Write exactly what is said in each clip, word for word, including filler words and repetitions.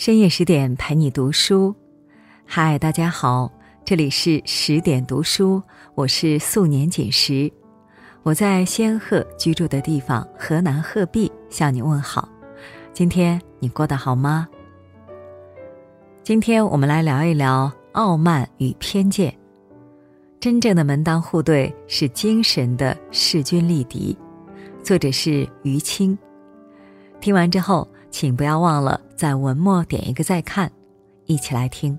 深夜十点陪你读书。嗨，大家好，这里是十点读书，我是素年锦时。我在仙鹤居住的地方河南鹤壁向你问好。今天你过得好吗？今天我们来聊一聊傲慢与偏见。真正的门当户对是精神的势均力敌。作者是于青。听完之后，请不要忘了在文末点一个再看，一起来听。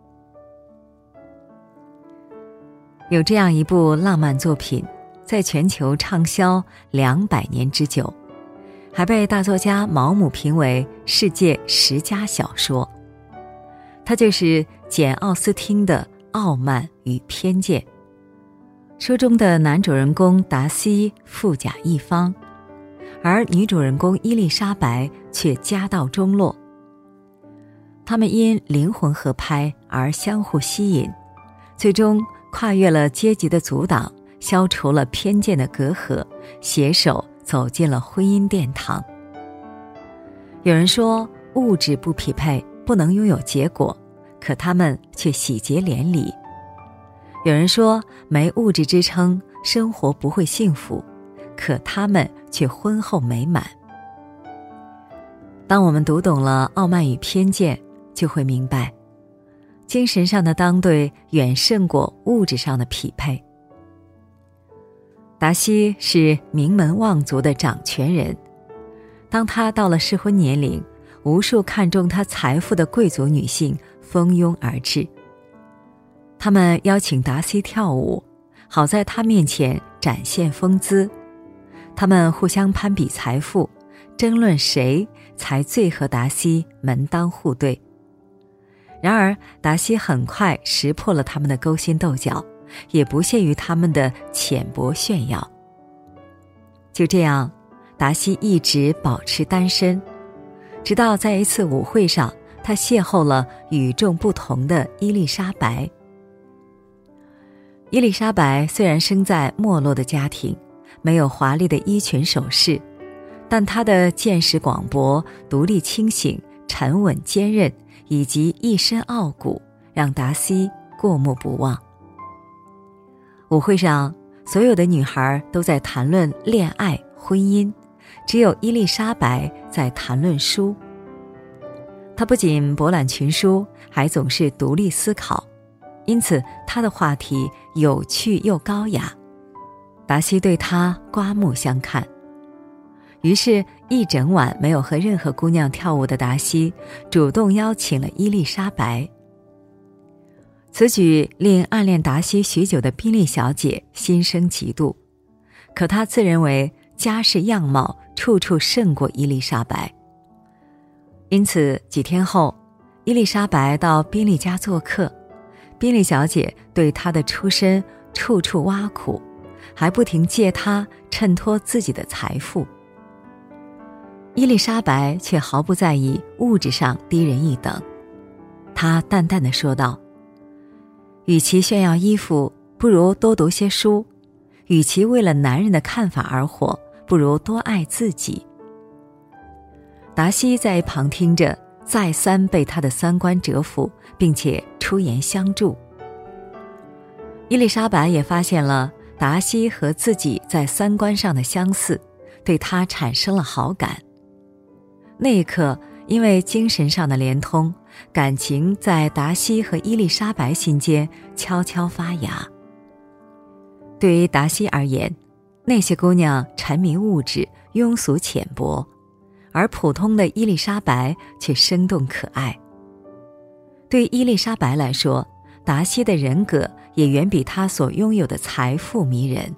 有这样一部浪漫作品，在全球畅销两百年之久，还被大作家毛姆评为世界十佳小说。它就是简·奥斯汀的《傲慢与偏见》。书中的男主人公达西富甲一方，而女主人公伊丽莎白却家道中落。他们因灵魂合拍而相互吸引，最终跨越了阶级的阻挡，消除了偏见的隔阂，携手走进了婚姻殿堂。有人说物质不匹配不能拥有结果，可他们却喜结连理。有人说没物质支撑生活不会幸福，可他们却婚后美满。当我们读懂了傲慢与偏见，就会明白精神上的当对远胜过物质上的匹配。达西是名门望族的掌权人，当他到了适婚年龄，无数看重他财富的贵族女性蜂拥而至。他们邀请达西跳舞，好在他面前展现风姿。他们互相攀比财富，争论谁才最和达西门当户对。然而达西很快识破了他们的勾心斗角，也不屑于他们的浅薄炫耀。就这样，达西一直保持单身，直到在一次舞会上，他邂逅了与众不同的伊丽莎白。伊丽莎白虽然生在没落的家庭，没有华丽的衣裙首饰，但她的见识广博、独立清醒、沉稳坚韧以及一身傲骨，让达西过目不忘。舞会上，所有的女孩都在谈论恋爱、婚姻，只有伊丽莎白在谈论书。她不仅博览群书，还总是独立思考，因此她的话题有趣又高雅。达西对她刮目相看。于是一整晚没有和任何姑娘跳舞的达西主动邀请了伊丽莎白。此举令暗恋达西许久的宾利小姐心生嫉妒，可她自认为家世样貌处处胜过伊丽莎白。因此几天后，伊丽莎白到宾利家做客，宾利小姐对她的出身处处挖苦，还不停借她衬托自己的财富。伊丽莎白却毫不在意物质上低人一等，她淡淡地说道：与其炫耀衣服，不如多读些书；与其为了男人的看法而活，不如多爱自己。达西在一旁听着，再三被他的三观折服，并且出言相助。伊丽莎白也发现了达西和自己在三观上的相似，对他产生了好感。那一刻，因为精神上的连通，感情在达西和伊丽莎白心间悄悄发芽。对于达西而言，那些姑娘沉迷物质，庸俗浅薄，而普通的伊丽莎白却生动可爱。对于伊丽莎白来说，达西的人格也远比她所拥有的财富迷人。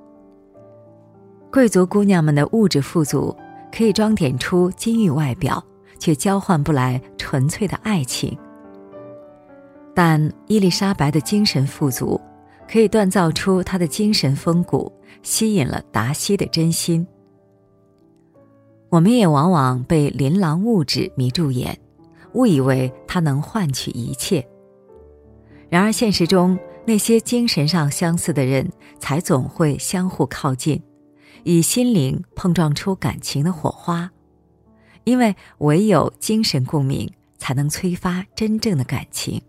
贵族姑娘们的物质富足可以装点出金玉外表，却交换不来纯粹的爱情。但伊丽莎白的精神富足可以锻造出她的精神风骨，吸引了达西的真心。我们也往往被琳琅物质迷住眼，误以为它能换取一切。然而现实中，那些精神上相似的人才总会相互靠近，以心灵碰撞出感情的火花。因为唯有精神共鸣，才才能催发真正的感情。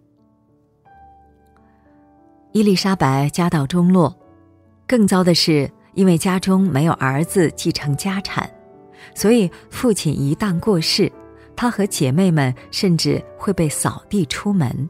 伊丽莎白家道中落，更糟的是，因为家中没有儿子继承家产，所以父亲一旦过世，她和姐妹们甚至会被扫地出门。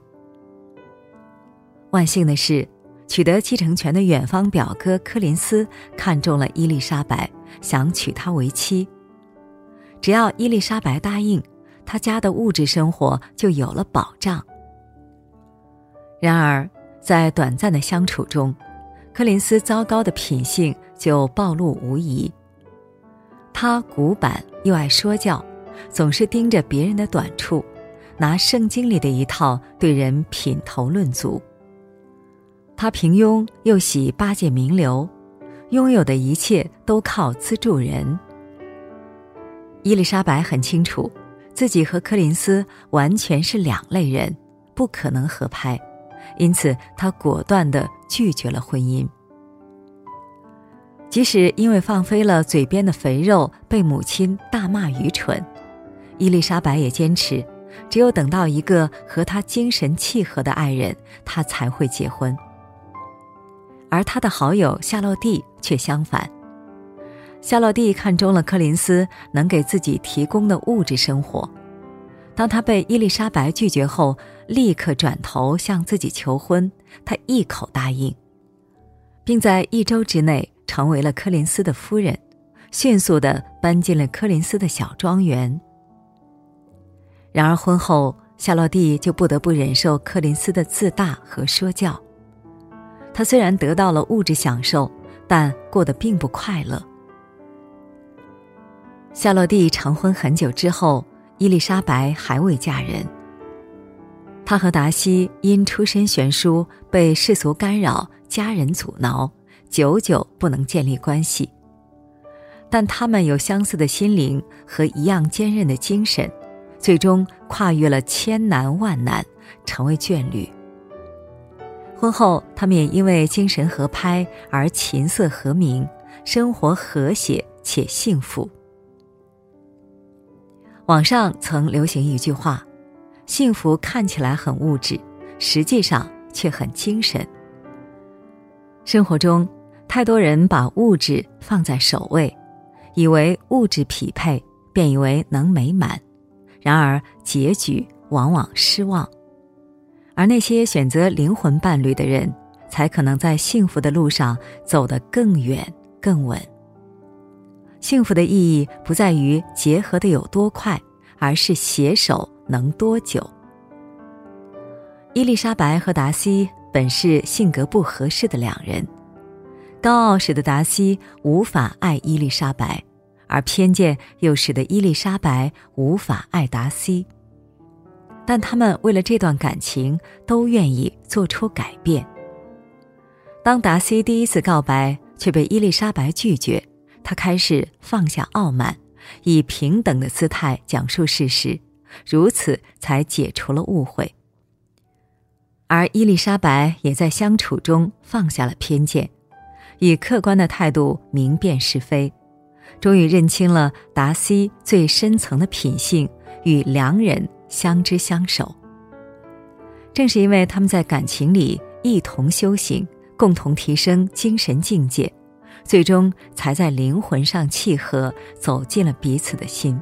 万幸的是，取得继承权的远方表哥柯林斯看中了伊丽莎白，想娶她为妻。只要伊丽莎白答应，他家的物质生活就有了保障。然而在短暂的相处中，柯林斯糟糕的品性就暴露无遗。他古板又爱说教，总是盯着别人的短处，拿圣经里的一套对人品头论足。他平庸又喜巴结名流，拥有的一切都靠资助人。伊丽莎白很清楚，自己和柯林斯完全是两类人，不可能合拍，因此她果断地拒绝了婚姻。即使因为放飞了嘴边的肥肉被母亲大骂愚蠢，伊丽莎白也坚持，只有等到一个和她精神契合的爱人，她才会结婚。而她的好友夏洛蒂却相反，夏洛蒂看中了柯林斯能给自己提供的物质生活，当他被伊丽莎白拒绝后，立刻转头向自己求婚，他一口答应，并在一周之内成为了柯林斯的夫人，迅速地搬进了柯林斯的小庄园。然而婚后，夏洛蒂就不得不忍受柯林斯的自大和说教。他虽然得到了物质享受，但过得并不快乐。夏洛蒂成婚很久之后，伊丽莎白还未嫁人。她和达西因出身悬殊，被世俗干扰，家人阻挠，久久不能建立关系。但他们有相似的心灵和一样坚韧的精神，最终跨越了千难万难，成为眷侣。婚后，他们也因为精神合拍而琴瑟和鸣，生活和谐且幸福。网上曾流行一句话，幸福看起来很物质，实际上却很精神。生活中，太多人把物质放在首位，以为物质匹配，便以为能美满，然而结局往往失望。而那些选择灵魂伴侣的人，才可能在幸福的路上走得更远更稳。幸福的意义不在于结合的有多快，而是携手能多久。伊丽莎白和达西本是性格不合适的两人，高傲使得达西无法爱伊丽莎白，而偏见又使得伊丽莎白无法爱达西。但他们为了这段感情都愿意做出改变。当达西第一次告白却被伊丽莎白拒绝，他开始放下傲慢，以平等的姿态讲述事实，如此才解除了误会。而伊丽莎白也在相处中放下了偏见，以客观的态度明辨是非，终于认清了达西最深层的品性，与良人相知相守。正是因为他们在感情里一同修行，共同提升精神境界，最终才在灵魂上契合，走进了彼此的心。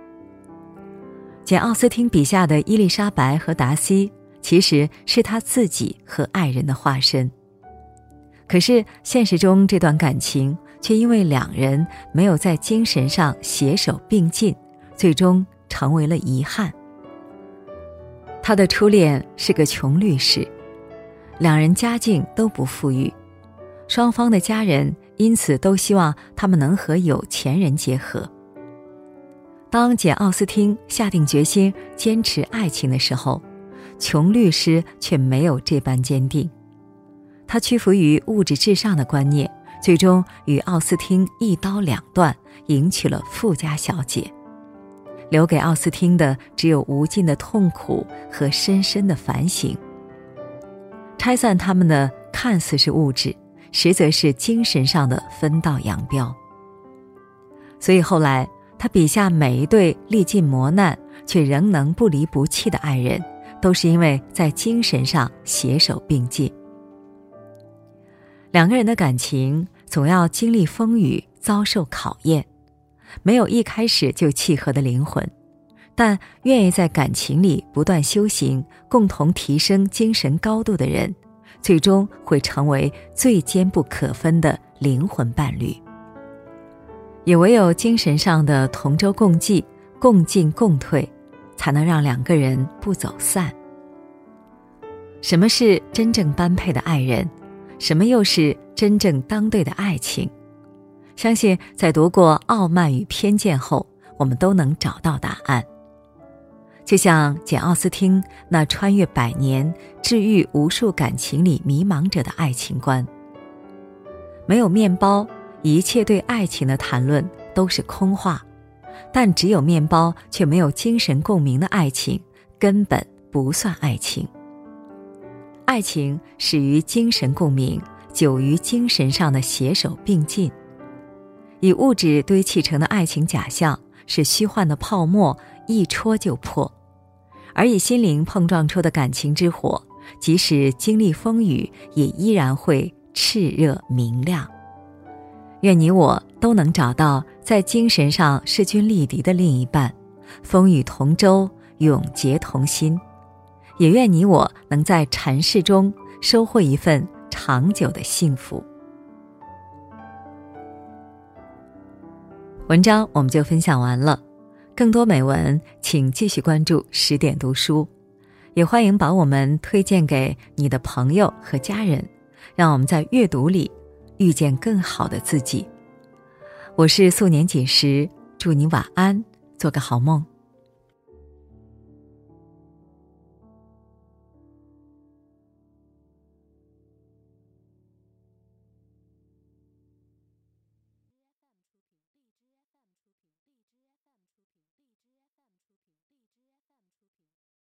简·奥斯汀笔下的伊丽莎白和达西，其实是他自己和爱人的化身。可是现实中这段感情却因为两人没有在精神上携手并进，最终成为了遗憾。他的初恋是个穷律师，两人家境都不富裕，双方的家人因此都希望他们能和有钱人结合。当简·奥斯汀下定决心坚持爱情的时候，穷律师却没有这般坚定。他屈服于物质至上的观念，最终与奥斯汀一刀两断，迎娶了富家小姐。留给奥斯汀的只有无尽的痛苦和深深的反省。拆散他们的看似是物质，实则是精神上的分道扬镳。所以后来他笔下每一对历尽磨难， 却仍能不离不弃的爱人，都是因为在精神上携手并进。两个人的感情总要经历风雨，遭受考验，没有一开始就契合的灵魂，但愿意在感情里不断修行，共同提升精神高度的人，最终会成为最坚不可分的灵魂伴侣。也唯有精神上的同舟共济，共进共退，才能让两个人不走散。什么是真正般配的爱人？什么又是真正当对的爱情？相信在读过《傲慢与偏见》后，我们都能找到答案。就像简·奥斯汀那穿越百年、治愈无数感情里迷茫者的爱情观。没有面包，一切对爱情的谈论都是空话，但只有面包却没有精神共鸣的爱情，根本不算爱情。爱情始于精神共鸣，久于精神上的携手并进。以物质堆砌成的爱情假象是虚幻的泡沫，一戳就破，而以心灵碰撞出的感情之火，即使经历风雨，也依然会炽热明亮。愿你我都能找到在精神上势均力敌的另一半，风雨同舟，永结同心。也愿你我能在尘世中收获一份长久的幸福。文章我们就分享完了，更多美文请继续关注十点读书，也欢迎把我们推荐给你的朋友和家人，让我们在阅读里遇见更好的自己。我是素年锦时，祝你晚安，做个好梦。